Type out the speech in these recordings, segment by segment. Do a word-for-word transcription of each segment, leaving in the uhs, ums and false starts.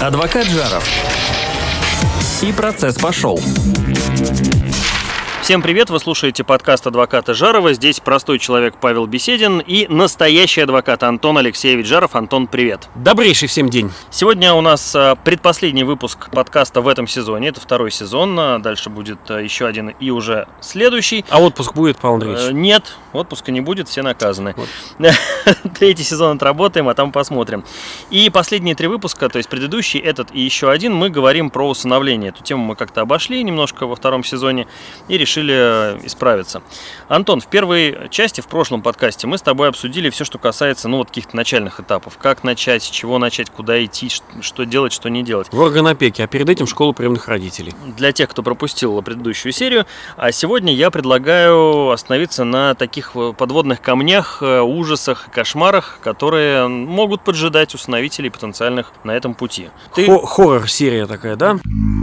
Адвокат Жаров. И процесс пошел. Всем привет, вы слушаете подкаст адвоката Жарова. Здесь простой человек Павел Беседин и настоящий адвокат Антон Алексеевич Жаров. Антон, привет. Добрейший всем день. Сегодня у нас предпоследний выпуск подкаста в этом сезоне. Это второй сезон, дальше будет еще один и уже следующий. А отпуск будет, Павел Андреевич? Нет, отпуска не будет, все наказаны. Вот. Третий сезон отработаем, а там посмотрим. И последние три выпуска, то есть предыдущий, этот и еще один, мы говорим про усыновление. Эту тему мы как-то обошли немножко во втором сезоне и решили исправиться. Антон, в первой части, в прошлом подкасте, мы с тобой обсудили все, что касается, ну, вот каких-то начальных этапов. Как начать, с чего начать, куда идти, что делать, что не делать. В орган опеки, а перед этим школу приемных родителей. Для тех, кто пропустил предыдущую серию. А сегодня я предлагаю остановиться на таких подводных камнях, ужасах, кошмарах, которые могут поджидать усыновителей потенциальных на этом пути. Ты... Хоррор-серия такая, да?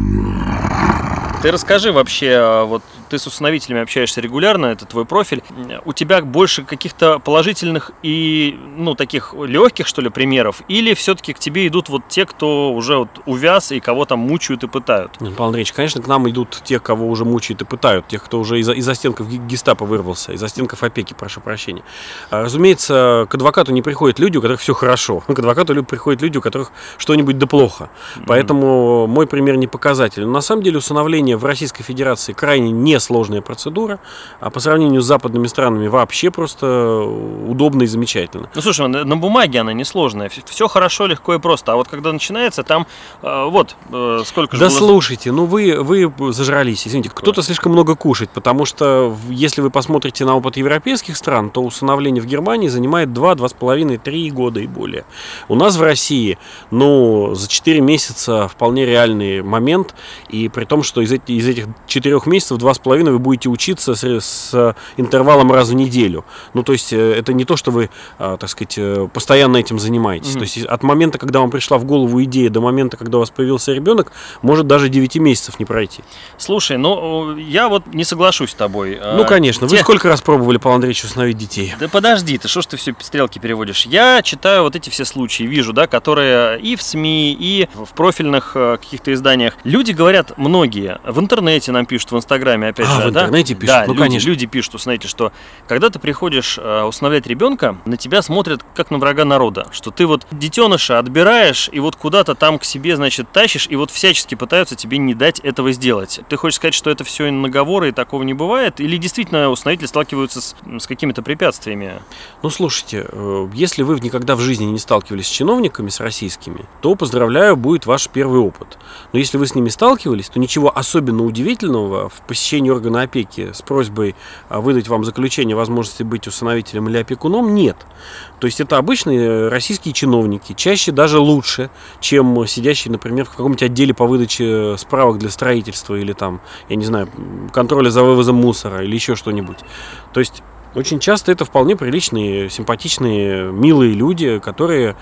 Ты расскажи вообще, вот ты с усыновителями общаешься регулярно, это твой профиль. У тебя больше каких-то положительных и, ну, таких легких, что ли, примеров? Или все-таки к тебе идут вот те, кто уже вот увяз и кого там мучают и пытают? Нет, Павел Андреевич, конечно, к нам идут те, кого уже мучают и пытают, тех, кто уже из-за, из-за стенков гестапо вырвался, из-за стенков опеки, прошу прощения. Разумеется, к адвокату не приходят люди, у которых все хорошо. К адвокату приходят люди, у которых что-нибудь да плохо. Mm-hmm. Поэтому мой пример не показатель. Но на самом деле усыновление в Российской Федерации крайне несложная процедура, а по сравнению с западными странами вообще просто удобно и замечательно. Ну, слушай, на бумаге она несложная, все хорошо, легко и просто, а вот когда начинается, там э, вот э, сколько же Да было... слушайте, ну вы, вы зажрались, извините, кто-то слишком много кушает, потому что если вы посмотрите на опыт европейских стран, то усыновление в Германии занимает два, два с половиной, три года и более. У нас в России, ну, за четыре месяца вполне реальный момент, и при том, что из этих из этих четырех месяцев два с половиной вы будете учиться с, с интервалом раз в неделю. Ну, то есть, это не то, что вы, так сказать, постоянно этим занимаетесь. Mm-hmm. То есть, от момента, когда вам пришла в голову идея, до момента, когда у вас появился ребенок, может даже девять месяцев не пройти. Слушай, ну, я вот не соглашусь с тобой. Ну, конечно. Вы Те... сколько раз пробовали, Павел Андреевич, усыновить детей? Да подожди, ты что ж ты все стрелки переводишь? Я читаю вот эти все случаи, вижу, да, которые и в СМИ, и в профильных каких-то изданиях. Люди говорят, многие, в интернете нам пишут, в Инстаграме, опять а, же, в да? интернете пишут, да, ну, люди, конечно. Люди пишут, знаете, что когда ты приходишь э, усыновлять ребенка, на тебя смотрят как на врага народа, что ты вот детеныша отбираешь и вот куда-то там к себе, значит, тащишь, и вот всячески пытаются тебе не дать этого сделать. Ты хочешь сказать, что это все наговоры и такого не бывает? Или действительно усыновители сталкиваются с, с какими-то препятствиями? Ну, слушайте, э, если вы никогда в жизни не сталкивались с чиновниками, с российскими, то, поздравляю, будет ваш первый опыт. Но если вы с ними сталкивались, то ничего особенно удивительного в посещении органа опеки с просьбой выдать вам заключение о возможности быть усыновителем или опекуном нет. То есть это обычные российские чиновники, чаще даже лучше, чем сидящие, например, в каком-нибудь отделе по выдаче справок для строительства или там, я не знаю, контроля за вывозом мусора или еще что-нибудь. То есть очень часто это вполне приличные, симпатичные, милые люди, которые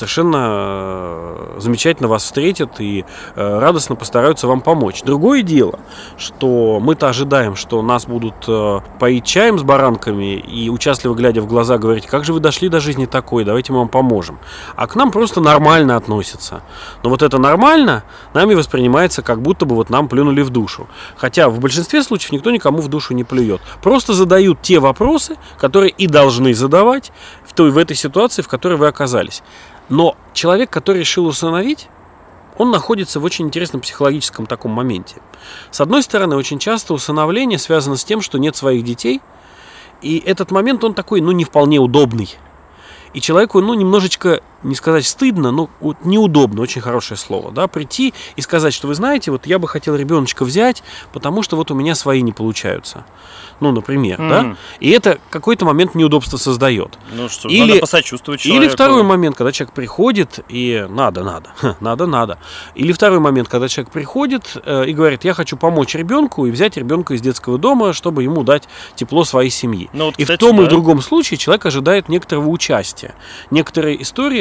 совершенно замечательно вас встретят и радостно постараются вам помочь. Другое дело, что мы-то ожидаем, что нас будут поить чаем с баранками и, участливо глядя в глаза, говорить, как же вы дошли до жизни такой, давайте мы вам поможем. А к нам просто нормально относятся. Но вот это нормально нами воспринимается, как будто бы вот нам плюнули в душу. Хотя в большинстве случаев никто никому в душу не плюет. Просто задают те вопросы, которые и должны задавать в, той, в этой ситуации, в которой вы оказались. Но человек, который решил усыновить, он находится в очень интересном психологическом таком моменте. С одной стороны, очень часто усыновление связано с тем, что нет своих детей, и этот момент, он такой, ну, не вполне удобный. И человеку, ну, немножечко, не сказать стыдно, но неудобно, очень хорошее слово, да, прийти и сказать, что вы знаете, вот я бы хотел ребеночка взять, потому что вот у меня свои не получаются. Ну, например, mm-hmm. да. И это какой-то момент неудобства создает. Ну что, или, надо посочувствовать человеку. Или второй момент, когда человек приходит и надо, надо, надо, надо. Или второй момент, когда человек приходит э, и говорит, я хочу помочь ребенку и взять ребенка из детского дома, чтобы ему дать тепло своей семьи. Ну, вот, и кстати, в том да. и в другом случае человек ожидает некоторого участия. Некоторые истории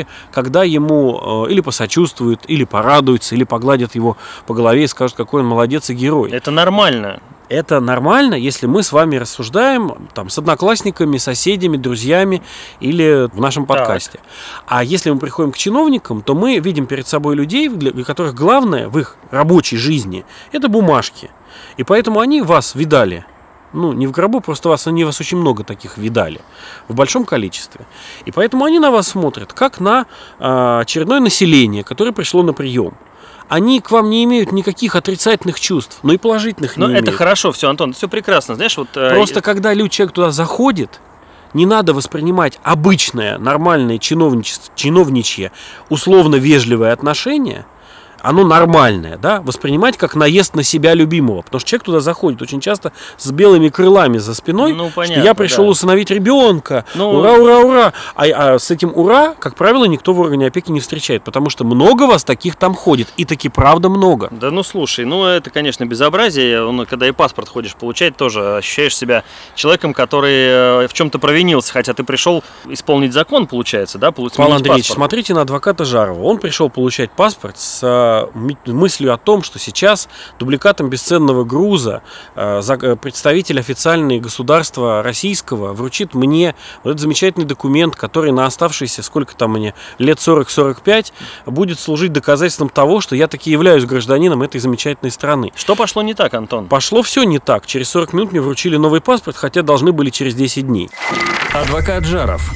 когда ему э, или посочувствуют, или порадуются, или погладят его по голове и скажут, какой он молодец и герой. Это нормально. Это нормально, если мы с вами рассуждаем там, с одноклассниками, соседями, друзьями или в нашем подкасте. Так. А если мы приходим к чиновникам, то мы видим перед собой людей, для которых главное в их рабочей жизни – это бумажки. И поэтому они вас видали. Ну, не в гробу, просто вас, они вас очень много таких видали. В большом количестве. И поэтому они на вас смотрят, как на э, очередное население, которое пришло на прием. Они к вам не имеют никаких отрицательных чувств, но и положительных не но имеют. Это хорошо, все, Антон, все прекрасно. Знаешь, вот, Просто э... когда люди, человек туда заходит, не надо воспринимать обычное, нормальное чиновничье, условно вежливое отношение, оно нормальное, да, воспринимать как наезд на себя любимого. Потому что человек туда заходит очень часто с белыми крылами за спиной, ну, понятно, что я пришел да. усыновить ребенка, ну, ура, ура, ура. А, а с этим ура, как правило, никто в органе опеки не встречает, потому что много вас таких там ходит, и таки правда много. Да ну слушай, ну это, конечно, безобразие. Он, когда и паспорт ходишь получать, тоже ощущаешь себя человеком, который в чем-то провинился, хотя ты пришел исполнить закон, получается, да, получить Павел Андреевич, паспорт. Смотрите на адвоката Жарова. Он пришел получать паспорт с мыслью о том, что сейчас дубликатом бесценного груза э, представитель официальный государства российского вручит мне вот этот замечательный документ, который на оставшиеся, сколько там мне, лет сорок-сорок пять, будет служить доказательством того, что я таки являюсь гражданином этой замечательной страны. Что пошло не так, Антон? Пошло все не так. Через сорок минут мне вручили новый паспорт, хотя должны были через десять дней. Адвокат Жаров.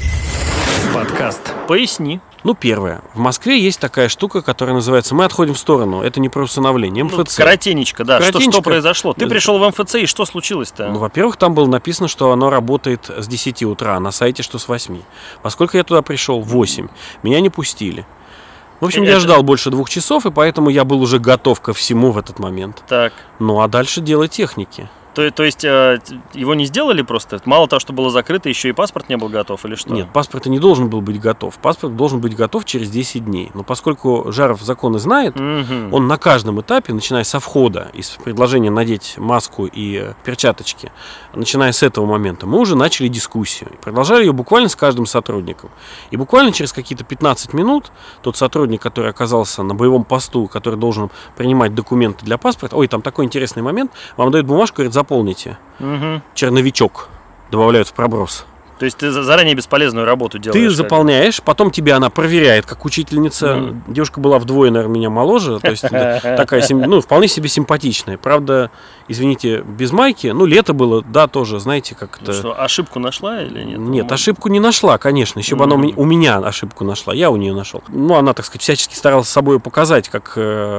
Подкаст. Поясни. Ну, первое. В Москве есть такая штука, которая называется «Мы отходим в сторону». Это не про усыновление, эм эф цэ. Ну, коротенечко, да. Коротенечко. Что, что произошло? Ты пришел в эм эф цэ, и что случилось-то? Ну, во-первых, там было написано, что оно работает с десяти утра, а на сайте, что с восьми. Поскольку я туда пришел в восемь, меня не пустили. В общем, это... я ждал больше двух часов, и поэтому я был уже готов ко всему в этот момент. Так. Ну, а дальше дело техники. То, то есть э, его не сделали просто? Мало того, что было закрыто, еще и паспорт не был готов или что? Нет, паспорт не должен был быть готов. Паспорт должен быть готов через десять дней. Но поскольку Жаров законы знает, угу. он на каждом этапе, начиная со входа, из предложения надеть маску и перчаточки, начиная с этого момента, мы уже начали дискуссию. Продолжали ее буквально с каждым сотрудником. И буквально через какие-то пятнадцать минут тот сотрудник, который оказался на боевом посту, который должен принимать документы для паспорта, ой, там такой интересный момент, вам дают бумажку, говорит, заполните. Угу. Черновичок добавляют в проброс. То есть ты заранее бесполезную работу делаешь? Ты заполняешь, потом тебе она проверяет, как учительница. Mm. Девушка была вдвое, наверное, меня моложе, то есть такая, ну, вполне себе симпатичная. Правда, извините, без майки, ну, лето было, да, тоже, знаете, как-то... Ну что, ошибку нашла или нет? Нет, ошибку не нашла, конечно, еще бы mm. она у меня ошибку нашла, я у нее нашел. Ну, она, так сказать, всячески старалась собой показать, как,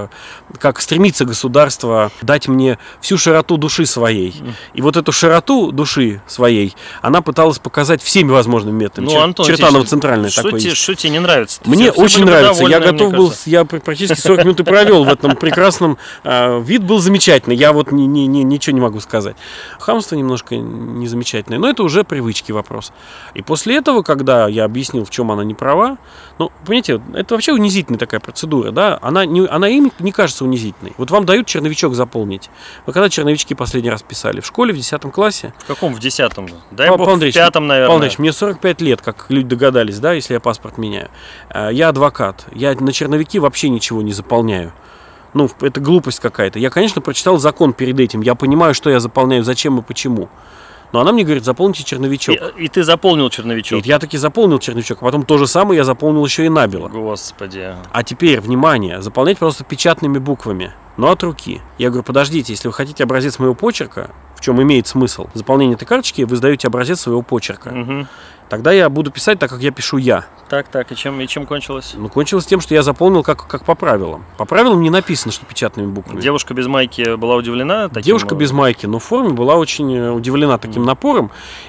как стремится государство дать мне всю широту души своей. Mm. И вот эту широту души своей она пыталась показать всеми возможными методами. Ну, Чер- Антон, Чертаново-центральный что такой. Тебе, что тебе не нравится? Мне все, очень все нравится. довольны, Я готов был, кажется. я практически сорок минут и провел в этом прекрасном. Э, вид был замечательный. Я вот ни, ни, ни, ничего не могу сказать. Хамство немножко незамечательное, но это уже привычки вопрос. И после этого, когда я объяснил, в чем она не права, ну, понимаете, это вообще унизительная такая процедура, да? Она, не, она им не кажется унизительной. Вот вам дают черновичок заполнить. Вы когда черновички последний раз писали? В школе, в десятом классе? В каком? В десятом? Дай Павел бог, Андреевич, в пятом, наверное. Павел Андреевич, мне сорок пять лет, как люди догадались, да, если я паспорт меняю. Я адвокат. Я на черновики вообще ничего не заполняю. Ну, это глупость какая-то. Я, конечно, прочитал закон перед этим. Я понимаю, что я заполняю, зачем и почему. Но она мне говорит, заполните черновичок. И, и ты заполнил черновичок? И я таки заполнил черновичок. А потом то же самое я заполнил еще и набело. Господи. А теперь, внимание, заполнять просто печатными буквами, но от руки. Я говорю, подождите, если вы хотите образец моего почерка, в чем имеет смысл заполнение этой карточки, вы сдаете образец своего почерка. Угу. Тогда я буду писать так, как я пишу я. Так, так, и чем, и чем кончилось? Ну, кончилось тем, что я заполнил как, как по правилам. По правилам не написано, что печатными буквами. Девушка без майки была удивлена таким? Девушка без майки, но в форме была очень удивлена таким mm. напором.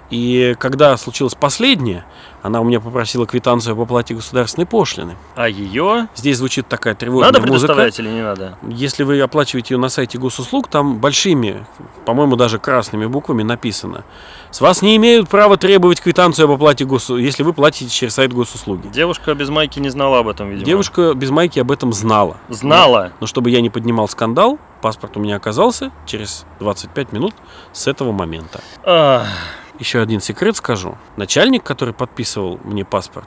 И когда случилось последнее, она у меня попросила квитанцию об оплате государственной пошлины. А ее? Здесь звучит такая тревожная музыка. Надо предоставлять или не надо? Если вы оплачиваете ее на сайте госуслуг, там большими, по-моему, даже красными буквами написано: с вас не имеют права требовать квитанцию об оплате госуслуг, если вы платите через сайт госуслуги. Девушка без майки не знала об этом, видимо. Девушка без майки об этом знала. Знала? Но, но чтобы я не поднимал скандал, паспорт у меня оказался через двадцать пять минут с этого момента. Ах. Еще один секрет скажу. Начальник, который подписывал мне паспорт,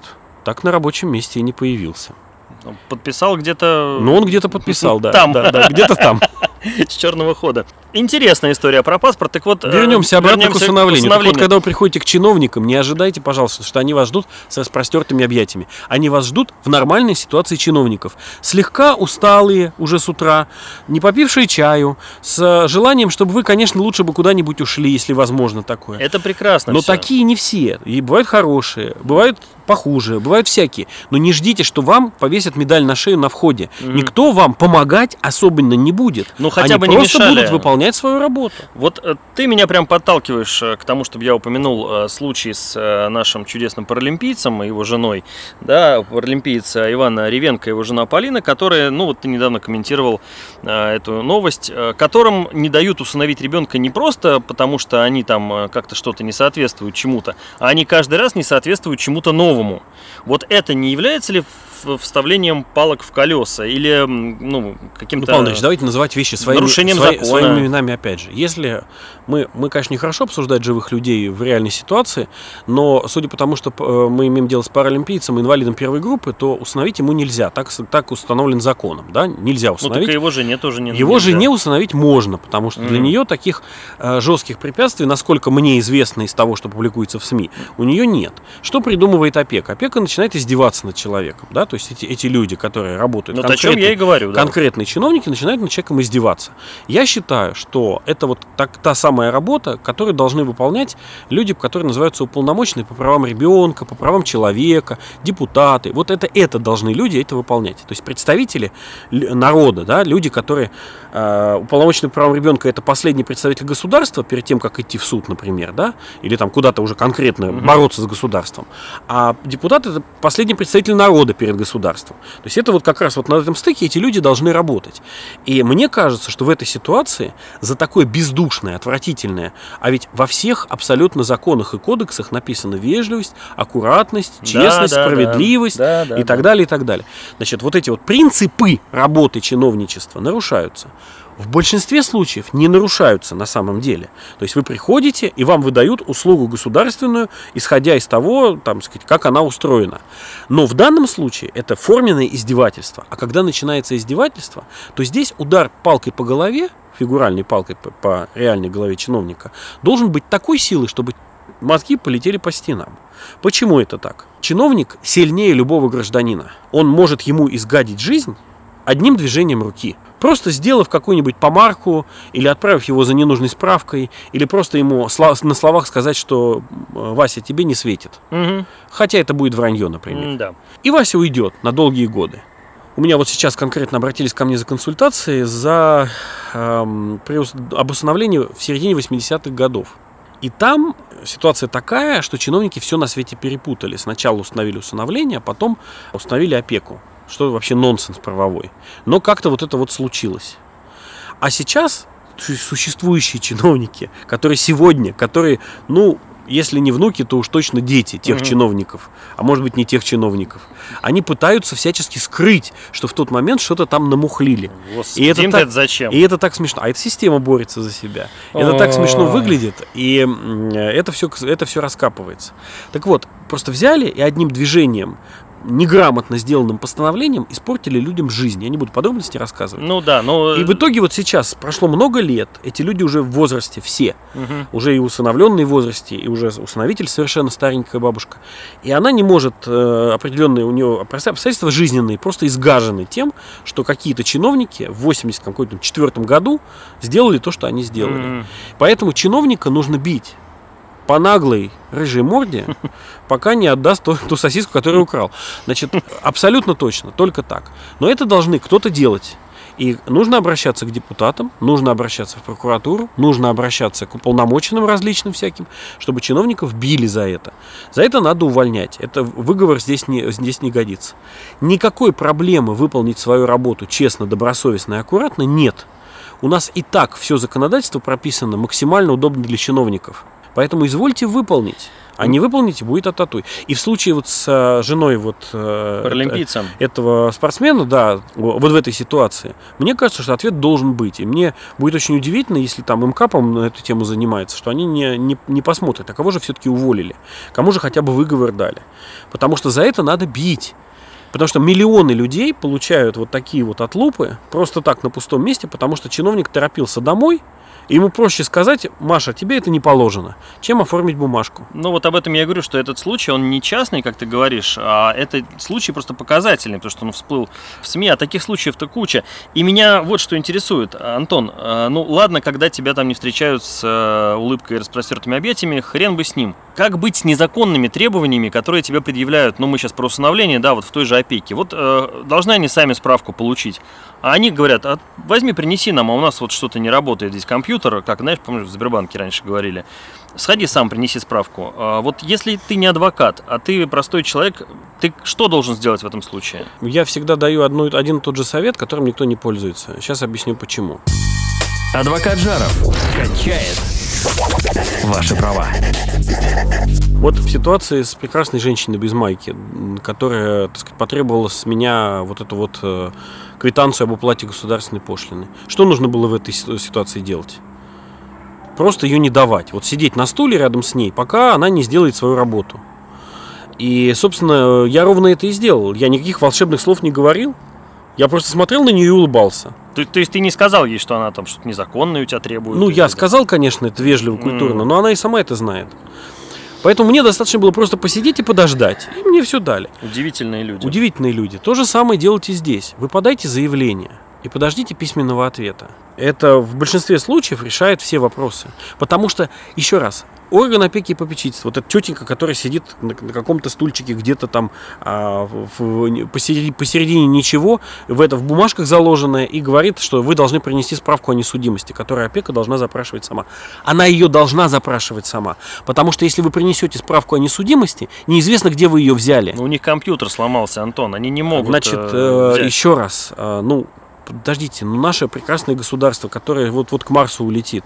так на рабочем месте и не появился. Подписал где-то... Ну, он где-то подписал, да. Там. Да, да, где-то там. С черного хода. Интересная история про паспорт. Так вот, вернемся обратно вернемся к усыновлению. к усыновлению. Так вот, когда вы приходите к чиновникам, не ожидайте, пожалуйста, что они вас ждут с распростертыми объятиями. Они вас ждут в нормальной ситуации чиновников. Слегка усталые уже с утра, не попившие чаю, с желанием, чтобы вы, конечно, лучше бы куда-нибудь ушли, если возможно такое. Это прекрасно. Но все. такие не все. И бывают хорошие, бывают похуже, бывают всякие. Но не ждите, что вам повесят медаль на шею на входе. Mm-hmm. Никто вам помогать особенно не будет. Ну, хотя Они бы не просто мешали. будут выполнять свою работу. Вот э, ты меня прям подталкиваешь э, к тому, чтобы я упомянул э, случай с э, нашим чудесным паралимпийцем и его женой, да, паралимпийца Ивана Ревенко и его жена Полина, которые, ну вот ты недавно комментировал э, эту новость, э, которым не дают усыновить ребенка не просто потому, что они там э, как-то что-то не соответствуют чему-то, а они каждый раз не соответствуют чему-то новому. Вот это не является ли вставлением палок в колеса или ну, каким-то... Ну, Павел Ильич, давайте называть вещи своими, нарушением свои, закона. своими именами опять же. Если мы, мы, конечно, нехорошо обсуждать живых людей в реальной ситуации, но судя по тому, что мы имеем дело с паралимпийцем, инвалидом первой группы, то усыновить ему нельзя. Так, так установлен законом. Да? Нельзя усыновить. Ну, так и его жене тоже не Его нельзя. жене усыновить можно, потому что mm-hmm. для нее таких э, жестких препятствий, насколько мне известно из того, что публикуется в СМИ, у нее нет. Что придумывает опека? Опека начинает издеваться над человеком. Да? То есть эти, эти люди, которые работают, ну, о чем я и говорю, да. конкретные чиновники, начинают над человеком издеваться. Я считаю, что это вот так, та самая работа, которую должны выполнять люди, которые называются уполномоченные по правам ребенка, по правам человека, депутаты. Вот это, это должны люди это выполнять. То есть представители народа, да, люди, которые э, уполномоченные по правам ребенка, это последний представитель государства перед тем, как идти в суд, например, да, или там куда-то уже конкретно mm-hmm. бороться с государством. А депутат это последний представитель народа перед государством. То есть это вот как раз вот на этом стыке эти люди должны работать. И мне кажется, что в этой ситуации за такое бездушное, отвратительное, а ведь во всех абсолютно законах и кодексах написано вежливость, аккуратность, честность, да, да, справедливость да, да, и да, так далее, и так далее. Значит, вот эти вот принципы работы чиновничества нарушаются. В большинстве случаев не нарушаются на самом деле. То есть вы приходите, и вам выдают услугу государственную, исходя из того, там, сказать, как она устроена. Но в данном случае это форменное издевательство. А когда начинается издевательство, то здесь удар палкой по голове, фигуральной палкой по, по реальной голове чиновника, должен быть такой силы, чтобы мозги полетели по стенам. Почему это так? Чиновник сильнее любого гражданина. Он может ему изгадить жизнь одним движением руки. Просто сделав какую-нибудь помарку, или отправив его за ненужной справкой, или просто ему на словах сказать, что Вася, тебе не светит. Угу. Хотя это будет вранье, например. Да. И Вася уйдет на долгие годы. У меня вот сейчас конкретно обратились ко мне за консультацией за эм, об усыновлении в середине восьмидесятых годов. И там ситуация такая, что чиновники все на свете перепутали. Сначала установили усыновление, а потом установили опеку. Что вообще нонсенс правовой. Но как-то вот это вот случилось. А сейчас существующие чиновники, которые сегодня, которые, ну, если не внуки, то уж точно дети тех mm-hmm. чиновников, а может быть не тех чиновников, они пытаются всячески скрыть, что в тот момент что-то там намухлили. Господи, и это, так, это зачем? И это так смешно. А эта система борется за себя. Это так смешно выглядит, и это все, это все раскапывается. Так вот, просто взяли и одним движением, неграмотно сделанным постановлением испортили людям жизнь. Я не буду подробности рассказывать. Ну да, но... И в итоге вот сейчас прошло много лет, эти люди уже в возрасте все, угу. уже и усыновленные в возрасте, и уже усыновитель совершенно старенькая бабушка. И она не может, э, определенные у нее обстоятельства жизненные просто изгажены тем, что какие-то чиновники в восемьдесят четвёртом году сделали то, что они сделали. Угу. Поэтому чиновника нужно бить по наглой рыжей морде, пока не отдаст ту, ту сосиску, которую украл. Значит, абсолютно точно, только так. Но это должны кто-то делать. И нужно обращаться к депутатам, нужно обращаться в прокуратуру, нужно обращаться к уполномоченным различным всяким, чтобы чиновников били за это. За это надо увольнять. Это выговор здесь не, здесь не годится. Никакой проблемы выполнить свою работу честно, добросовестно и аккуратно нет. У нас и так все законодательство прописано максимально удобно для чиновников. Поэтому извольте выполнить. А не выполните, будет ататуй. И в случае вот с женой вот паралимпийцем этого спортсмена, да, вот в этой ситуации, мне кажется, что ответ должен быть. И мне будет очень удивительно, если там МК, по-моему, на эту тему занимается, что они не, не, не посмотрят, а кого же все-таки уволили, кому же хотя бы выговор дали. Потому что за это надо бить. Потому что миллионы людей получают вот такие вот отлупы просто так на пустом месте, потому что чиновник торопился домой. И ему проще сказать: Маша, тебе это не положено, чем оформить бумажку. Ну вот об этом я говорю, что этот случай, он не частный, как ты говоришь, а это случай просто показательный, потому что он всплыл в СМИ, а таких случаев-то куча. И меня вот что интересует, Антон, ну ладно, когда тебя там не встречают с улыбкой и распростертыми объятиями, хрен бы с ним. Как быть с незаконными требованиями, которые тебе предъявляют, ну мы сейчас про усыновление, да, вот в той же опеке. Вот э, должны они сами справку получить. А они говорят: а возьми, принеси нам, а у нас вот что-то не работает здесь компьютер, как, знаешь, помню, в Сбербанке раньше говорили. Сходи сам, принеси справку. А вот если ты не адвокат, а ты простой человек, ты что должен сделать в этом случае? Я всегда даю одну, один и тот же совет, которым никто не пользуется. Сейчас объясню почему. Адвокат Жаров качает ваши права. Вот в ситуации с прекрасной женщиной без майки, которая, так сказать, потребовала с меня вот эту вот э, квитанцию об уплате государственной пошлины. Что нужно было в этой ситуации делать? Просто ее не давать. Вот сидеть на стуле рядом с ней, пока она не сделает свою работу. И, собственно, я ровно это и сделал. Я никаких волшебных слов не говорил. Я просто смотрел на нее и улыбался. То, то есть ты не сказал ей, что она там что-то незаконное у тебя требует? Ну, или, я да? сказал, конечно, это вежливо, культурно, mm. но она и сама это знает. Поэтому мне достаточно было просто посидеть и подождать. И мне все дали. Удивительные люди. Удивительные люди. То же самое делайте здесь. Вы подайте заявление и подождите письменного ответа. Это в большинстве случаев решает все вопросы. Потому что, еще раз, орган опеки и попечительства, вот эта тетенька, которая сидит на, на каком-то стульчике где-то там а, в, посередине, посередине ничего, в, это, в бумажках заложенное, и говорит, что вы должны принести справку о несудимости, которую опека должна запрашивать сама. Она ее должна запрашивать сама. Потому что если вы принесете справку о несудимости, неизвестно, где вы ее взяли. Но у них компьютер сломался, Антон, они не могут. Значит, э, взять. еще раз, э, ну... Подождите, ну наше прекрасное государство, которое вот-вот к Марсу улетит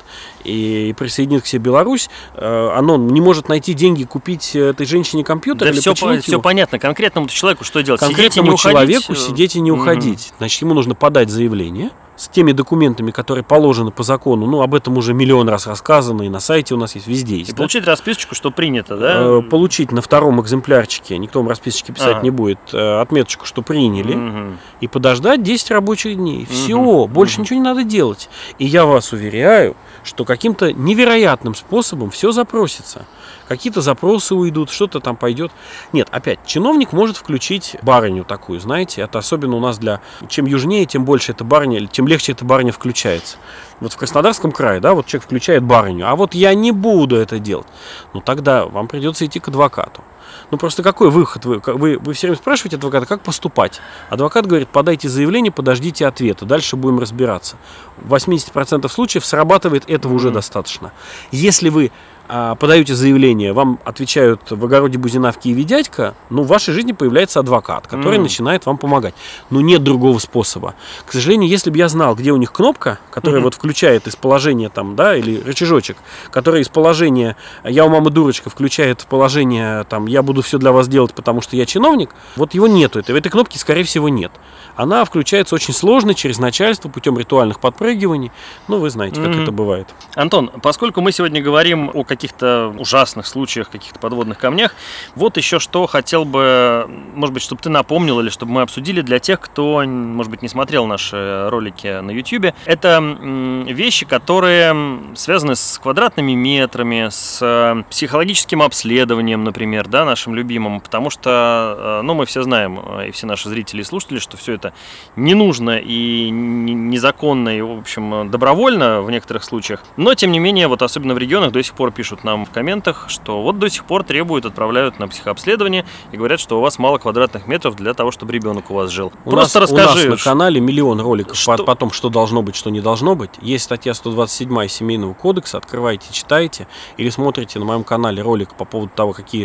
и присоединит к себе Беларусь, оно не может найти деньги купить этой женщине компьютер, да или все, починить по, все понятно. Конкретному человеку что делать? Конкретному сидеть и не человеку уходить? сидеть и не уходить. Mm-hmm. Значит, ему нужно подать заявление с теми документами, которые положены по закону. Ну, об этом уже миллион раз рассказано, и на сайте у нас есть, везде есть. И да? Получить расписочку, что принято, да? Получить на втором экземплярчике, никто вам расписочки писать ага. не будет, отметочку, что приняли, угу. и подождать десять рабочих дней. Все, угу. больше угу. ничего не надо делать. И я вас уверяю, что каким-то невероятным способом все запросится. Какие-то запросы уйдут, что-то там пойдет. Нет, опять, чиновник может включить барыню такую, знаете, это особенно у нас для... Чем южнее, тем больше эта барыня, тем легче эта барыня включается. Вот в Краснодарском крае, да, вот человек включает барыню, а вот я не буду это делать. Ну тогда вам придется идти к адвокату. Ну просто какой выход? Вы, вы, вы все время спрашиваете адвоката, как поступать? Адвокат говорит: подайте заявление, подождите ответа, дальше будем разбираться. В восемьдесят процентов случаев срабатывает, этого mm-hmm. уже достаточно. Если вы а, подаете заявление, вам отвечают: в огороде бузина, в Киеве дядька, ну в вашей жизни появляется адвокат, который mm-hmm. начинает вам помогать. Но нет другого способа. К сожалению, если бы я знал, где у них кнопка, которая mm-hmm. вот включает из положения там, да, или рычажочек, который из положения «я у мамы дурочка» включает в положение там «я буду все для вас делать, потому что я чиновник», вот его нету, этой, этой кнопки, скорее всего, нет. Она включается очень сложно, через начальство, путем ритуальных подпрыгиваний. Ну, вы знаете, как mm-hmm. это бывает. Антон, поскольку мы сегодня говорим о каких-то ужасных случаях, каких-то подводных камнях, вот еще что хотел бы, может быть, чтобы ты напомнил или чтобы мы обсудили для тех, кто, может быть, не смотрел наши ролики на YouTube. Это вещи, которые связаны с квадратными метрами, с психологическим обследованием, например, да, нашим любимым, потому что, ну, мы все знаем, и все наши зрители и слушатели, что все это не нужно и незаконно, и, в общем, добровольно в некоторых случаях. Но, тем не менее, вот особенно в регионах до сих пор пишут нам в комментах, что вот до сих пор требуют, отправляют на психообследование и говорят, что у вас мало квадратных метров для того, чтобы ребенок у вас жил. У Просто нас, расскажи. У нас на канале миллион роликов что... по, по том, что должно быть, что не должно быть. Есть статья сто двадцать семь Семейного кодекса, открывайте, читайте, или смотрите на моем канале ролик по поводу того, какие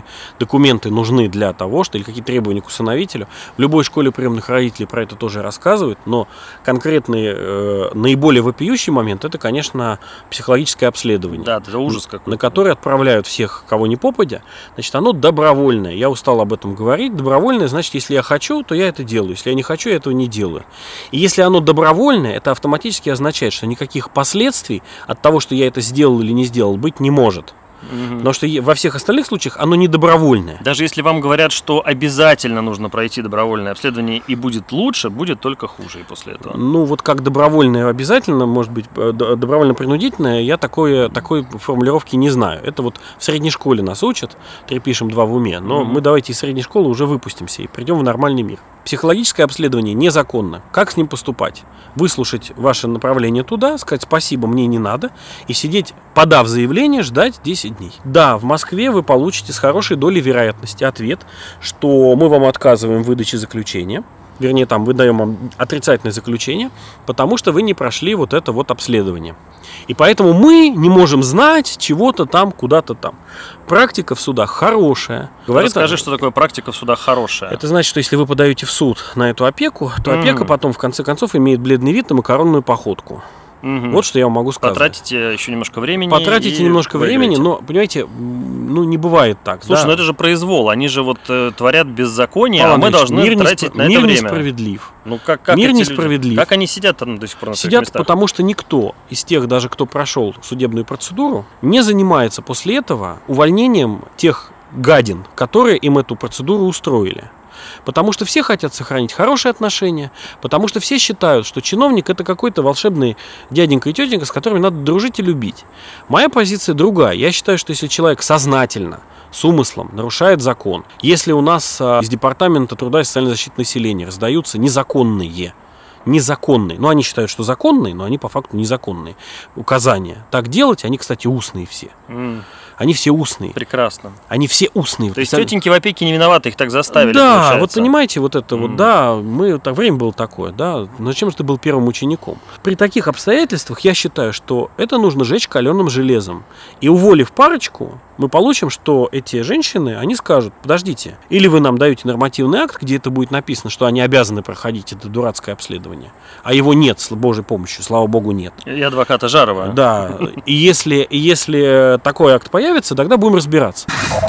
документы нужны для того, что или какие требования к усыновителю. В любой школе приемных родителей про это тоже рассказывают, но конкретный, э, наиболее вопиющий момент, это, конечно, психологическое обследование. Да, это ужас какой-то. На которое отправляют всех, кого не попадя. Значит, оно добровольное. Я устал об этом говорить. Добровольное, значит, если я хочу, то я это делаю. Если я не хочу, я этого не делаю. И если оно добровольное, это автоматически означает, что никаких последствий от того, что я это сделал или не сделал, быть не может. Угу. Потому что во всех остальных случаях оно не добровольное. Даже если вам говорят, что обязательно нужно пройти добровольное обследование и будет лучше, будет только хуже и после этого. Ну, вот как добровольное обязательно, может быть, добровольно-принудительное, я такой, такой формулировки не знаю. Это вот в средней школе нас учат, три пишем, два в уме, но угу. мы давайте из средней школы уже выпустимся и придем в нормальный мир. Психологическое обследование незаконно. Как с ним поступать? Выслушать ваше направление туда, сказать спасибо, мне не надо, и сидеть, подав заявление, ждать десять дней. Да, в Москве вы получите с хорошей долей вероятности ответ, что мы вам отказываем в выдаче заключения. Вернее, там выдаем вам отрицательное заключение, потому что вы не прошли вот это вот обследование. И поэтому мы не можем знать чего-то там, куда-то там. Практика в судах хорошая. Говорит, Расскажи, о... что такое практика в судах хорошая. Это значит, что если вы подаете в суд на эту опеку, то mm. опека потом, в конце концов, имеет бледный вид и макаронную походку. Угу. Вот что я вам могу сказать. Потратите еще немножко времени. Потратите немножко времени, но, понимаете, ну не бывает так. Слушай, да. ну это же произвол. Они же вот э, творят беззаконие, Павел а мы должны мир тратить неспро... на это мир время. Мир несправедлив. Ну, как, как мир несправедлив. Люди, как они сидят там до сих пор на Сидят, своих местах? Потому что никто из тех, даже кто прошел судебную процедуру, не занимается после этого увольнением тех гадин, которые им эту процедуру устроили. Потому что все хотят сохранить хорошие отношения, потому что все считают, что чиновник это какой-то волшебный дяденька и тетенька, с которыми надо дружить и любить. Моя позиция другая. Я считаю, что если человек сознательно, с умыслом нарушает закон, если у нас а, из Департамента труда и социальной защиты населения раздаются незаконные, незаконные, ну они считают, что законные, но они по факту незаконные указания. Так делать, они, кстати, устные все. Mm. Они все устные. Прекрасно. Они все устные. То есть тетеньки в опеке не виноваты, их так заставили, Да, получается. Вот понимаете, вот это mm. вот, да, мы, так, время было такое, да, но зачем же ты был первым учеником? При таких обстоятельствах я считаю, что это нужно жечь каленым железом. И уволив парочку, мы получим, что эти женщины, они скажут, подождите, или вы нам даете нормативный акт, где это будет написано, что они обязаны проходить это дурацкое обследование, а его нет, с Божьей помощью, слава богу, нет. И адвоката Жарова. Да, и если, и если такой акт появится, тогда будем разбираться.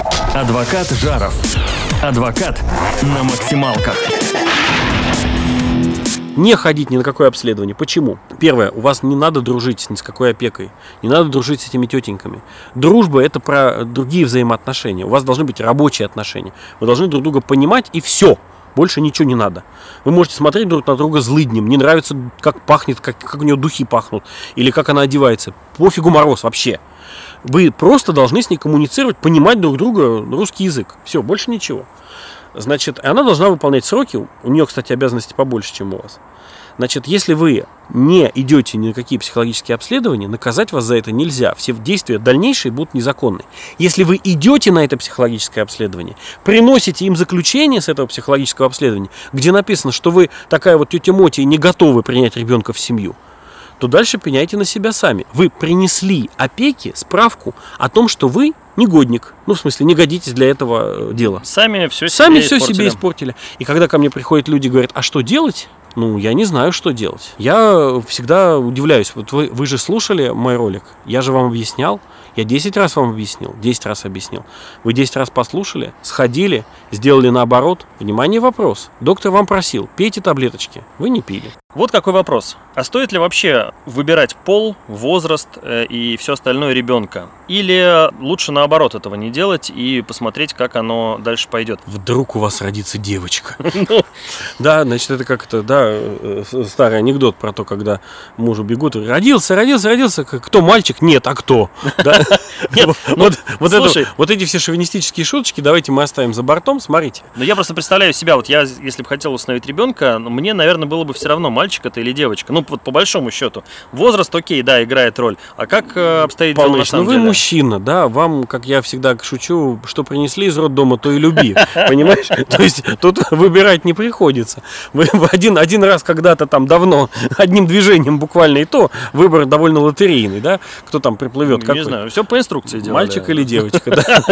Адвокат Жаров. Адвокат на максималках. Не ходить ни на какое обследование. Почему? Первое, у вас не надо дружить ни с какой опекой, не надо дружить с этими тетеньками. Дружба – это про другие взаимоотношения. У вас должны быть рабочие отношения. Вы должны друг друга понимать, и все. Больше ничего не надо. Вы можете смотреть друг на друга злыднем. Не нравится, как пахнет, как, как у нее духи пахнут, или как она одевается. Пофигу мороз вообще. Вы просто должны с ней коммуницировать, понимать друг друга, русский язык. Все, больше ничего. Значит, она должна выполнять сроки. У нее, кстати, обязанности побольше, чем у вас. Значит, если вы не идете ни на какие психологические обследования, наказать вас за это нельзя. Все действия дальнейшие будут незаконны. Если вы идете на это психологическое обследование, приносите им заключение с этого психологического обследования, где написано, что вы такая вот тетя Мотя и не готовы принять ребенка в семью, то дальше пеняйте на себя сами. Вы принесли опеке справку о том, что вы негодник. Ну, в смысле, не годитесь для этого дела. Сами все Сами себе все испортили. себе испортили. И когда ко мне приходят люди и говорят, а что делать? Ну, я не знаю, что делать. Я всегда удивляюсь. Вот вы, вы же слушали мой ролик. Я же вам объяснял. Я десять раз вам объяснил. десять раз объяснил. Вы десять раз послушали, сходили, сделали наоборот. Внимание, вопрос. Доктор вам просил, пейте таблеточки. Вы не пили. Вот какой вопрос. А стоит ли вообще выбирать пол, возраст э, и все остальное ребенка? Или лучше наоборот этого не делать и посмотреть, как оно дальше пойдет? Вдруг у вас родится девочка. Да, значит, это как-то, да, старый анекдот про то, когда мужу бегут, родился, родился, родился, кто мальчик? Нет, а кто? Нет, вот эти все шовинистические шуточки давайте мы оставим за бортом, смотрите. Ну, я просто представляю себя, вот я, если бы хотел усыновить ребенка, мне, наверное, было бы все равно, мальчик это или девочка. Ну, вот по большому счету. Возраст, окей, да, играет роль. А как э, обстоит дело на самом ну, вы деле? мужчина, да, вам, как я всегда шучу, что принесли из роддома, то и люби. Понимаешь? То есть тут выбирать не приходится. Вы один, один раз когда-то там давно, одним движением буквально и то, выбор довольно лотерейный, да? Кто там приплывет? Не знаю, все по инструкции делали. Мальчик или девочка, да?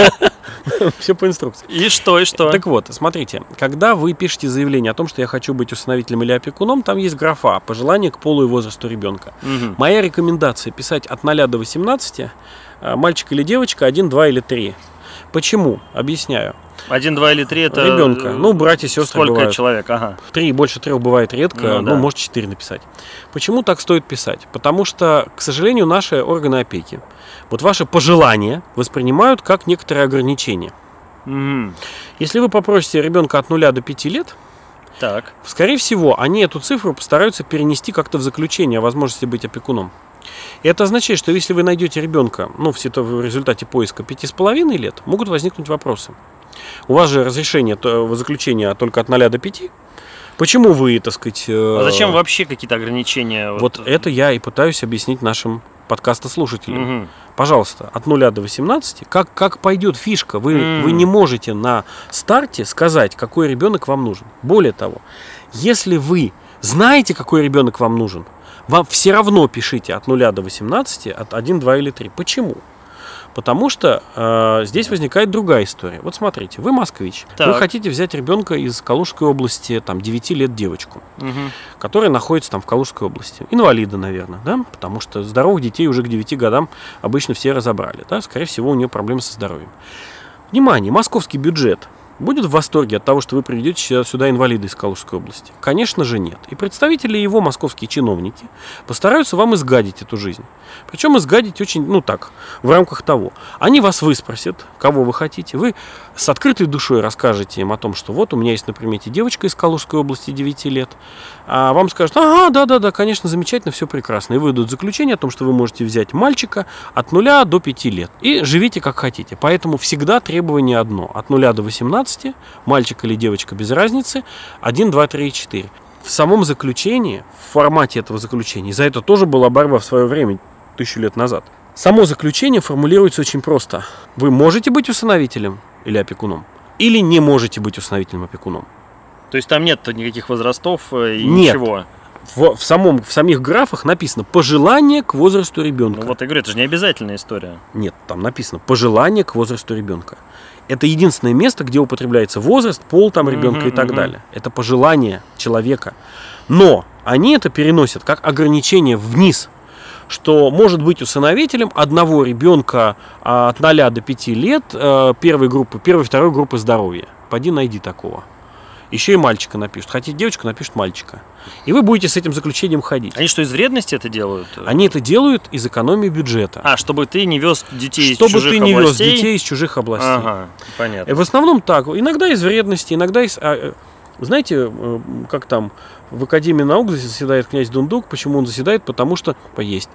Все по инструкции. И что, и что? Так вот, смотрите, когда вы пишете заявление о том, что я хочу быть усыновителем или опекуном, там есть графа «Пожелание к полу и возрасту ребенка». Угу. Моя рекомендация писать от ноля до восемнадцати, мальчик или девочка, один, два или три. Почему? Объясняю. Один, два или три это... Ребенка. Ну, братья, сестры Сколько бывают. человек? Ага. Три, больше трех бывает редко, Ну, ну, да. может, четыре написать. Почему так стоит писать? Потому что, к сожалению, наши органы опеки, вот ваши пожелания воспринимают как некоторые ограничения. Угу. Если вы попросите ребенка от нуля до пяти лет, Так. скорее всего, они эту цифру постараются перенести как-то в заключение о возможности быть опекуном. И это означает, что если вы найдете ребенка, ну, в результате поиска пяти с половиной лет, могут возникнуть вопросы. У вас же разрешение заключения только от ноля до пяти. Почему вы, так сказать... А зачем вообще какие-то ограничения? Вот это я и пытаюсь объяснить нашим подкастослушателям. Угу. Пожалуйста, от нуля до восемнадцати, как, как пойдет фишка, вы, Mm. вы не можете на старте сказать, какой ребенок вам нужен. Более того, если вы знаете, какой ребенок вам нужен, вам все равно пишите от нуля до восемнадцати, от один, два или три. Почему? Потому что э, здесь возникает другая история. Вот смотрите, вы москвич, Так. вы хотите взять ребенка из Калужской области, там, девяти лет девочку, Угу. которая находится там в Калужской области. Инвалида, наверное, да? Потому что здоровых детей уже к девяти годам обычно все разобрали, да? Скорее всего, у нее проблемы со здоровьем. Внимание, московский бюджет будет в восторге от того, что вы приведете сюда инвалида из Калужской области? Конечно же нет. И представители его, московские чиновники, постараются вам изгадить эту жизнь. Причем изгадить очень, ну так, в рамках того. Они вас выспросят, кого вы хотите. Вы с открытой душой расскажете им о том, что вот у меня есть на примете девочка из Калужской области девяти лет. А вам скажут, ага, да-да-да, конечно, замечательно, все прекрасно. И выдадут заключение о том, что вы можете взять мальчика от нуля до пяти лет. И живите как хотите. Поэтому всегда требование одно. От нуля до восемнадцати, мальчик или девочка без разницы, один, два, три и четыре. В самом заключении, в формате этого заключения, за это тоже была борьба в свое время, тысячу лет назад. Само заключение формулируется очень просто. Вы можете быть усыновителем или опекуном, или не можете быть усыновителем опекуном. То есть там нет никаких возрастов и Нет. ничего. В, в, самом, в самих графах написано «пожелание к возрасту ребенка». Ну вот я говорю, это же не обязательная история. Нет, там написано «пожелание к возрасту ребенка». Это единственное место, где употребляется возраст, пол там ребенка Мгм, и так мгм. далее. Это пожелание человека. Но они это переносят как ограничение вниз, что может быть усыновителем одного ребенка а, от ноля до пяти лет а, первой группы, первой, второй группы здоровья. Пойди найди такого. Еще и мальчика напишут. Хотите девочку, напишут мальчика. И вы будете с этим заключением ходить. Они что, из вредности это делают? Они это делают из экономии бюджета. А, чтобы ты не вез детей Чтобы из чужих ты не вез областей? детей из чужих областей. Ага, И понятно. в основном так. Иногда из вредности, иногда из... а, э, знаете, э, как там в Академии наук заседает князь Дундук. Почему он заседает? Потому что поесть.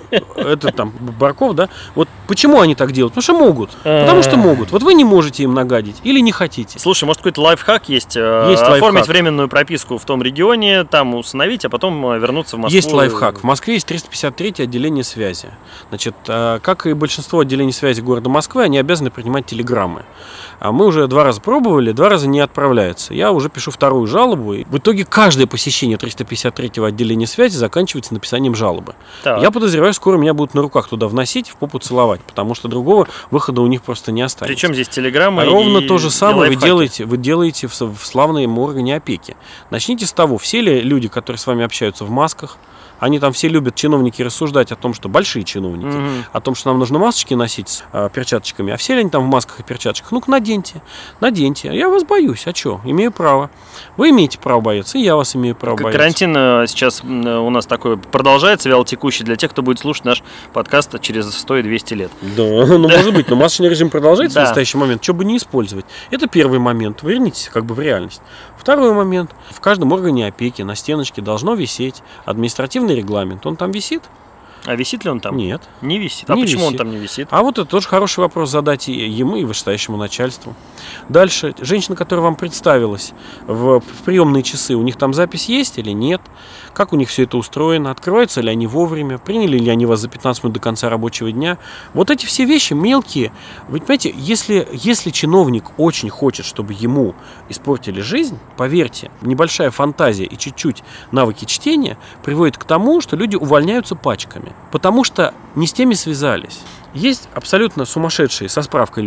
Это там Барков, да? Вот почему они так делают? Потому что могут. Потому что могут. Вот вы не можете им нагадить или не хотите. Слушай, может какой-то лайфхак есть? э, Есть Оформить лайфхак. временную прописку в том регионе, там усыновить, а потом э, вернуться в Москву. Есть лайфхак. В Москве есть триста пятьдесят третье отделение связи. Значит, э, как и большинство отделений связи города Москвы, они обязаны принимать телеграммы. А мы уже два раза пробовали, два раза не отправляется. Я уже пишу вторую жалобу. И в итоге каждое посещение триста пятьдесят третьего отделения связи заканчивается написанием жалобы. Так. Я подозреваю, скоро меня будут на руках туда вносить, в попу целовать, потому что другого выхода у них просто не останется. Причем здесь телеграмма Ровно и, то же и самое вы лайфхаки. делаете, вы делаете в, в славном органе опеки. Начните с того, все ли люди, которые с вами общаются в масках, они там все любят, чиновники, рассуждать о том, что большие чиновники, Мгм. о том, что нам нужно масочки носить с э, перчаточками, а все ли они там в масках и перчаточках? Ну-ка, наденьте, наденьте. Я вас боюсь, а что? Имею право. Вы имеете право бояться, и я вас имею право К- бояться. Карантин э, сейчас м, у нас такой продолжается, вялотекущий, для тех, кто будет слушать наш подкаст через сто и двести лет. Да, ну может быть, но масочный режим продолжается Да. в настоящий момент, что бы не использовать. Это первый момент, вернитесь как бы в реальность. Второй момент, в каждом органе опеки на стеночке должно висеть административный регламент. Он там висит? А висит ли он там? Нет. Не висит. А Не почему он висит. там не висит? А вот это тоже хороший вопрос задать и ему, и вышестоящему начальству. Дальше, женщина, которая вам представилась в, в приемные часы, у них там запись есть или нет? Как у них все это устроено? Открываются ли они вовремя? Приняли ли они вас за пятнадцать минут до конца рабочего дня? Вот эти все вещи мелкие. Вы понимаете, если, если чиновник очень хочет, чтобы ему испортили жизнь, поверьте, небольшая фантазия и чуть-чуть навыки чтения приводит к тому, что люди увольняются пачками. Потому что не с теми связались. Есть абсолютно сумасшедшие со справкой люди,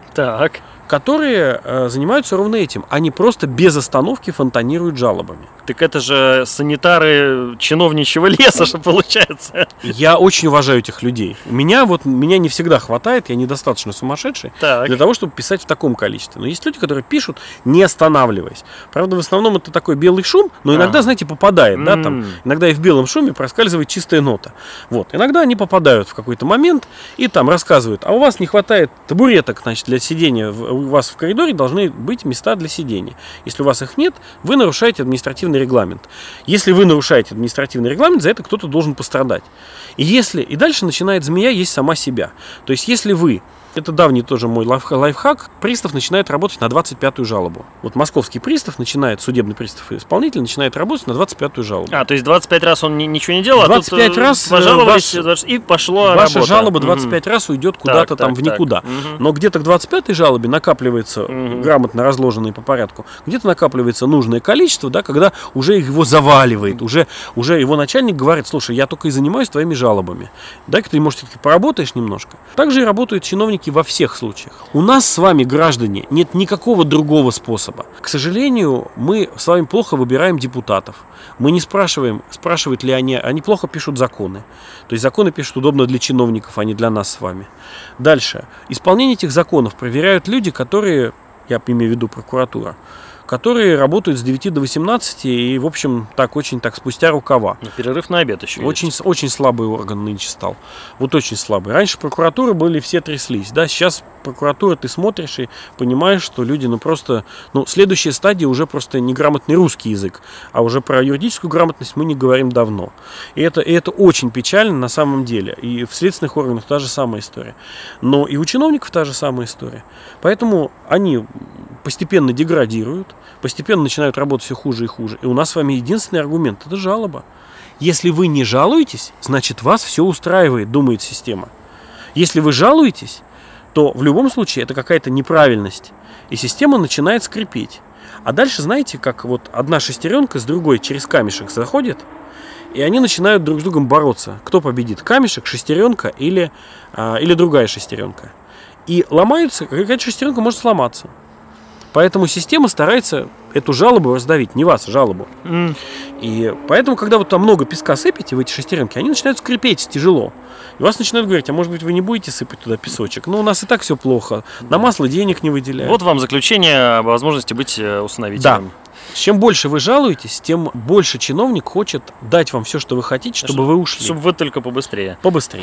Так. которые э, занимаются ровно этим. Они просто без остановки фонтанируют жалобами. Так это же санитары чиновничьего леса, что получается. Я очень уважаю этих людей. У меня вот меня не всегда хватает, я недостаточно сумасшедший Так. для того, чтобы писать в таком количестве. Но есть люди, которые пишут, не останавливаясь. Правда, в основном это такой белый шум, но иногда, Ага. знаете, попадает, да, там. М. Иногда и в белом шуме проскальзывает чистая нота. Вот. Иногда они попадают в какой-то момент и там рассказывают, а у вас не хватает табуреток, значит, для сидения. В- У вас в коридоре должны быть места для сидения. Если у вас их нет, вы нарушаете административный регламент. Если вы нарушаете административный регламент, за это кто-то должен пострадать. И если и дальше начинает змея есть сама себя. То есть, если вы это давний тоже мой лайф- лайфхак. Пристав начинает работать на двадцать пятую жалобу. Вот московский пристав начинает, судебный пристав и исполнитель начинает работать на двадцать пятую жалобу. А, то есть двадцать пять раз он ни- ничего не делал, двадцать пять а тут раз, э, пожаловались, ваш- двадцать и пошло Ваша работа. жалоба двадцать пять Мгм. раз уйдет куда-то Так, там так, в никуда. так. Мгм. Но где-то к двадцать пятой жалобе накапливается, Мгм. грамотно разложенные по порядку, где-то накапливается нужное количество, да, когда уже его заваливает, уже, уже его начальник говорит: слушай, я только и занимаюсь твоими жалобами. Дай-ка ты, может, все-таки поработаешь немножко. Так же и работают чиновники во всех случаях. У нас с вами, граждане, нет никакого другого способа. К сожалению, мы с вами плохо выбираем депутатов. Мы не спрашиваем, спрашивают ли они, они плохо пишут законы. То есть законы пишут удобно для чиновников, а не для нас с вами. Дальше. Исполнение этих законов проверяют люди, которые, я имею в виду прокуратура, которые работают с девяти до восемнадцати и, в общем, так очень так спустя рукава. Ну, перерыв на обед еще Очень, есть. очень слабый орган нынче стал. Вот очень слабый. Раньше прокуратуры были, все тряслись. Да? Сейчас прокуратура, ты смотришь и понимаешь, что люди, ну просто... Ну, следующая стадия уже просто неграмотный русский язык. А уже про юридическую грамотность мы не говорим давно. И это, и это очень печально на самом деле. И в следственных органах та же самая история. Но и у чиновников та же самая история. Поэтому они постепенно деградируют, постепенно начинают работать все хуже и хуже. И у нас с вами единственный аргумент – это жалоба. Если вы не жалуетесь, значит, вас все устраивает, думает система. Если вы жалуетесь, то в любом случае это какая-то неправильность. И система начинает скрипеть. А дальше, знаете, как вот одна шестеренка с другой через камешек заходит, и они начинают друг с другом бороться. Кто победит? Камешек, шестеренка или, а, или другая шестеренка. И ломаются, какая-то шестеренка может сломаться. Поэтому система старается эту жалобу раздавить, не вас, а жалобу. М. И поэтому, когда вот там много песка сыпете в эти шестеренки, они начинают скрипеть тяжело. И вас начинают говорить: а может быть, вы не будете сыпать туда песочек? Ну, у нас и так все плохо. На масло денег не выделяют. Вот вам заключение о возможности быть э, усыновителем. Чем больше вы жалуетесь, тем больше чиновник хочет дать вам все, что вы хотите, чтобы вы ушли. Чтобы вы только побыстрее. Побыстрее.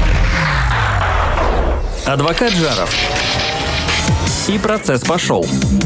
Адвокат Жаров. И процесс пошел.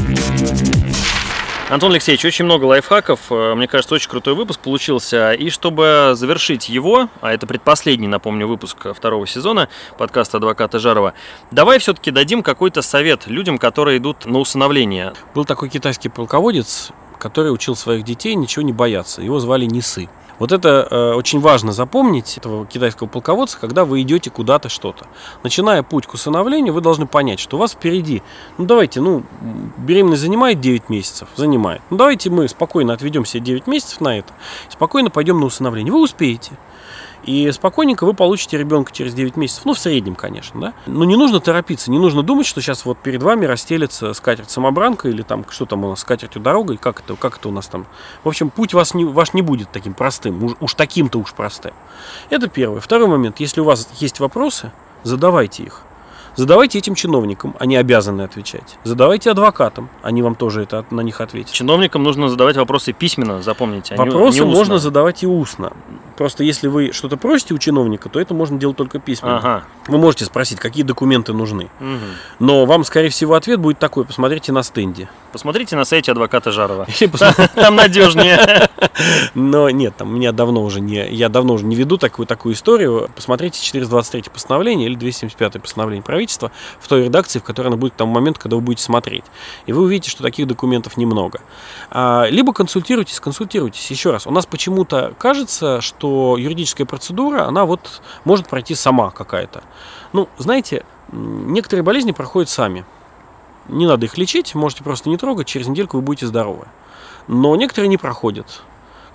Антон Алексеевич, очень много лайфхаков. э, Мне кажется, очень крутой выпуск получился. И чтобы завершить его, а это предпоследний, напомню, выпуск второго сезона подкаста адвоката Жарова, давай все-таки дадим какой-то совет людям, которые идут на усыновление. Был такой китайский полководец, который учил своих детей ничего не бояться. Его звали Нисы. Вот это э, очень важно запомнить, этого китайского полководца, когда вы идете куда-то что-то. Начиная путь к усыновлению, вы должны понять, что у вас впереди, ну давайте, ну, беременность занимает девять месяцев, занимает. Ну давайте мы спокойно отведем себе девять месяцев на это, спокойно пойдем на усыновление. Вы успеете. И спокойненько вы получите ребенка через девять месяцев. Ну, в среднем, конечно, да. Но не нужно торопиться, не нужно думать, что сейчас вот перед вами расстелится скатерть-самобранка или там, что там у нас, скатертью-дорогой, как это, как это у нас там. В общем, путь вас не, ваш не будет таким простым, уж, уж таким-то уж простым. Это первое. Второй момент. Если у вас есть вопросы, задавайте их. Задавайте этим чиновникам, они обязаны отвечать. Задавайте адвокатам, они вам тоже это, на них ответят. Чиновникам нужно задавать вопросы письменно, запомните. а не- Вопросы не устно. можно задавать и устно. Просто если вы что-то просите у чиновника, то это можно делать только письменно. Ага. Вы можете спросить, какие документы нужны. Мгм. Но вам, скорее всего, ответ будет такой: посмотрите на стенде. Посмотрите на сайте адвоката Жарова. Или посмотрите- Там надежнее. Но нет, там меня давно уже не, я давно уже не веду такую, такую историю. Посмотрите четыреста двадцать третье постановление или двести семьдесят пятое постановление правительства в той редакции, в которой оно будет к тому моменту, когда вы будете смотреть. И вы увидите, что таких документов немного. А, либо консультируйтесь, консультируйтесь. Еще раз, у нас почему-то кажется, что юридическая процедура, она вот может пройти сама какая-то. Ну, знаете, м, некоторые болезни проходят сами. Не надо их лечить, можете просто не трогать, через недельку вы будете здоровы. Но некоторые не проходят. К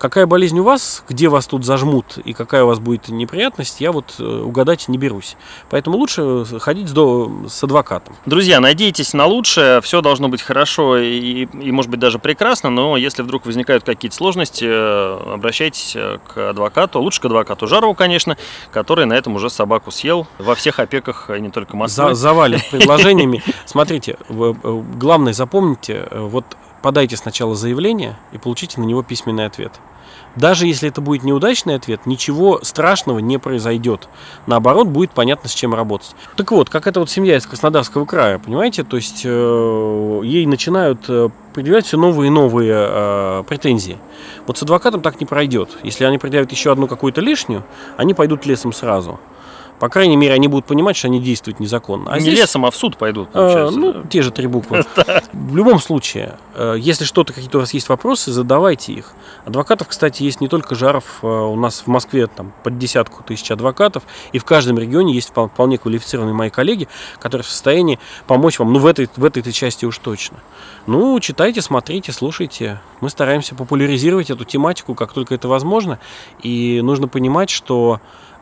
Какая болезнь у вас, где вас тут зажмут и какая у вас будет неприятность, я вот угадать не берусь. Поэтому лучше ходить с, до... с адвокатом. Друзья, надейтесь на лучшее, все должно быть хорошо и, и, может быть, даже прекрасно, но если вдруг возникают какие-то сложности, обращайтесь к адвокату, лучше к адвокату Жарову, конечно, который на этом уже собаку съел во всех опеках, и не только Москвы. За, завален предложениями. Смотрите, главное запомните, вот подайте сначала заявление и получите на него письменный ответ. Даже если это будет неудачный ответ, ничего страшного не произойдет. Наоборот, будет понятно, с чем работать. Так вот, как эта вот семья из Краснодарского края, понимаете, то есть э, ей начинают э, предъявлять все новые и новые э, претензии. Вот с адвокатом так не пройдет. Если они предъявят еще одну какую-то лишнюю, они пойдут лесом сразу. По крайней мере, они будут понимать, что они действуют незаконно. А не здесь, лесом, а в суд пойдут, получается. Э, ну, те же три буквы. В любом случае, э, если что-то, какие-то у вас есть вопросы, задавайте их. Адвокатов, кстати, есть не только Жаров. Э, у нас в Москве там под десятку тысяч адвокатов. И в каждом регионе есть вполне квалифицированные мои коллеги, которые в состоянии помочь вам. Ну, в этой, в этой части уж точно. Ну, читайте, смотрите, слушайте. Мы стараемся популяризировать эту тематику, как только это возможно. И нужно понимать, что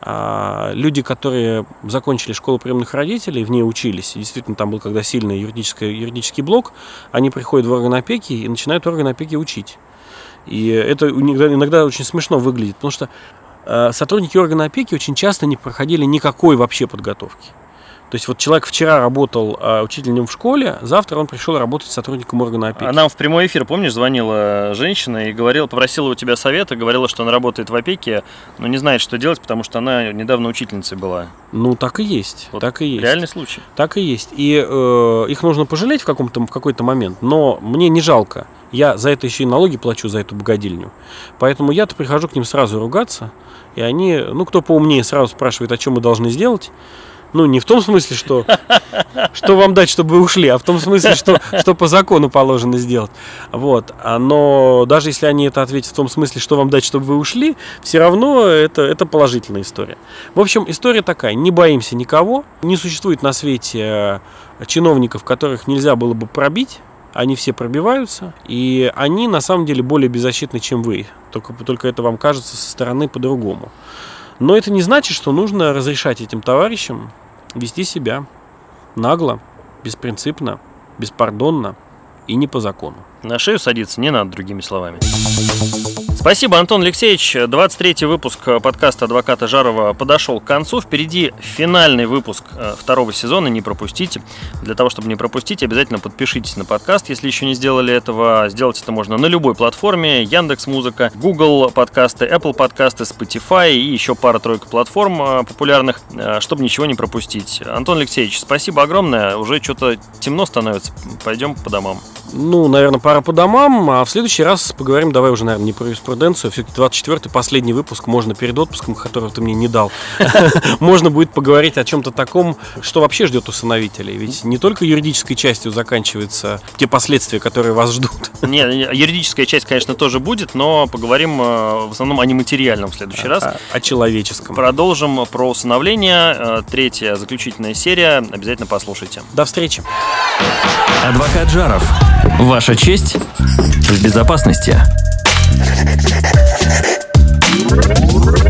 люди, которые закончили школу приемных родителей, в ней учились, и действительно там был когда сильный юридический блок, они приходят в орган опеки и начинают орган опеки учить. И это иногда, иногда очень смешно выглядит, потому что э, сотрудники органа опеки очень часто не проходили никакой вообще подготовки. То есть вот человек вчера работал э, учителем в школе, завтра он пришел работать сотрудником органа опеки. А нам в прямой эфир, помнишь, звонила женщина и говорила, попросила у тебя совета, говорила, что она работает в опеке, но не знает, что делать, потому что она недавно учительницей была. Ну, так и есть. Вот так и есть. Реальный случай. Так и есть. И э, их нужно пожалеть в, каком-то, в какой-то момент, но мне не жалко. Я за это еще и налоги плачу, за эту богадельню. Поэтому я-то прихожу к ним сразу ругаться, и они, ну, кто поумнее, сразу спрашивает, а что мы должны сделать. Ну, не в том смысле, что, что вам дать, чтобы вы ушли, а в том смысле, что, что по закону положено сделать. Вот. Но даже если они это ответят в том смысле, что вам дать, чтобы вы ушли, все равно это, это положительная история. В общем, история такая. Не боимся никого. Не существует на свете чиновников, которых нельзя было бы пробить. Они все пробиваются, и они на самом деле более беззащитны, чем вы. Только, только это вам кажется со стороны по-другому. Но это не значит, что нужно разрешать этим товарищам вести себя нагло, беспринципно, беспардонно и не по закону. На шею садиться не надо, другими словами. Спасибо, Антон Алексеевич. двадцать третий выпуск подкаста адвоката Жарова подошел к концу. Впереди финальный выпуск второго сезона. Не пропустите. Для того, чтобы не пропустить, обязательно подпишитесь на подкаст, если еще не сделали этого. Сделать это можно на любой платформе. Яндекс.Музыка, Google подкасты, Apple подкасты, Spotify и еще пара-тройка платформ популярных, чтобы ничего не пропустить. Антон Алексеевич, спасибо огромное. Уже что-то темно становится. Пойдем по домам. Ну, наверное, пора по домам, а в следующий раз поговорим, давай уже, наверное, не про юриспруденцию, все-таки двадцать четвёртый, последний выпуск, можно перед отпуском, который ты мне не дал, можно будет поговорить о чем-то таком, что вообще ждет усыновителей, ведь не только юридической частью заканчиваются те последствия, которые вас ждут. Нет, юридическая часть, конечно, тоже будет, но поговорим в основном о нематериальном в следующий раз. О человеческом. Продолжим про усыновление, третья заключительная серия, обязательно послушайте. До встречи. Адвокат Жаров. Ваша честь в безопасности.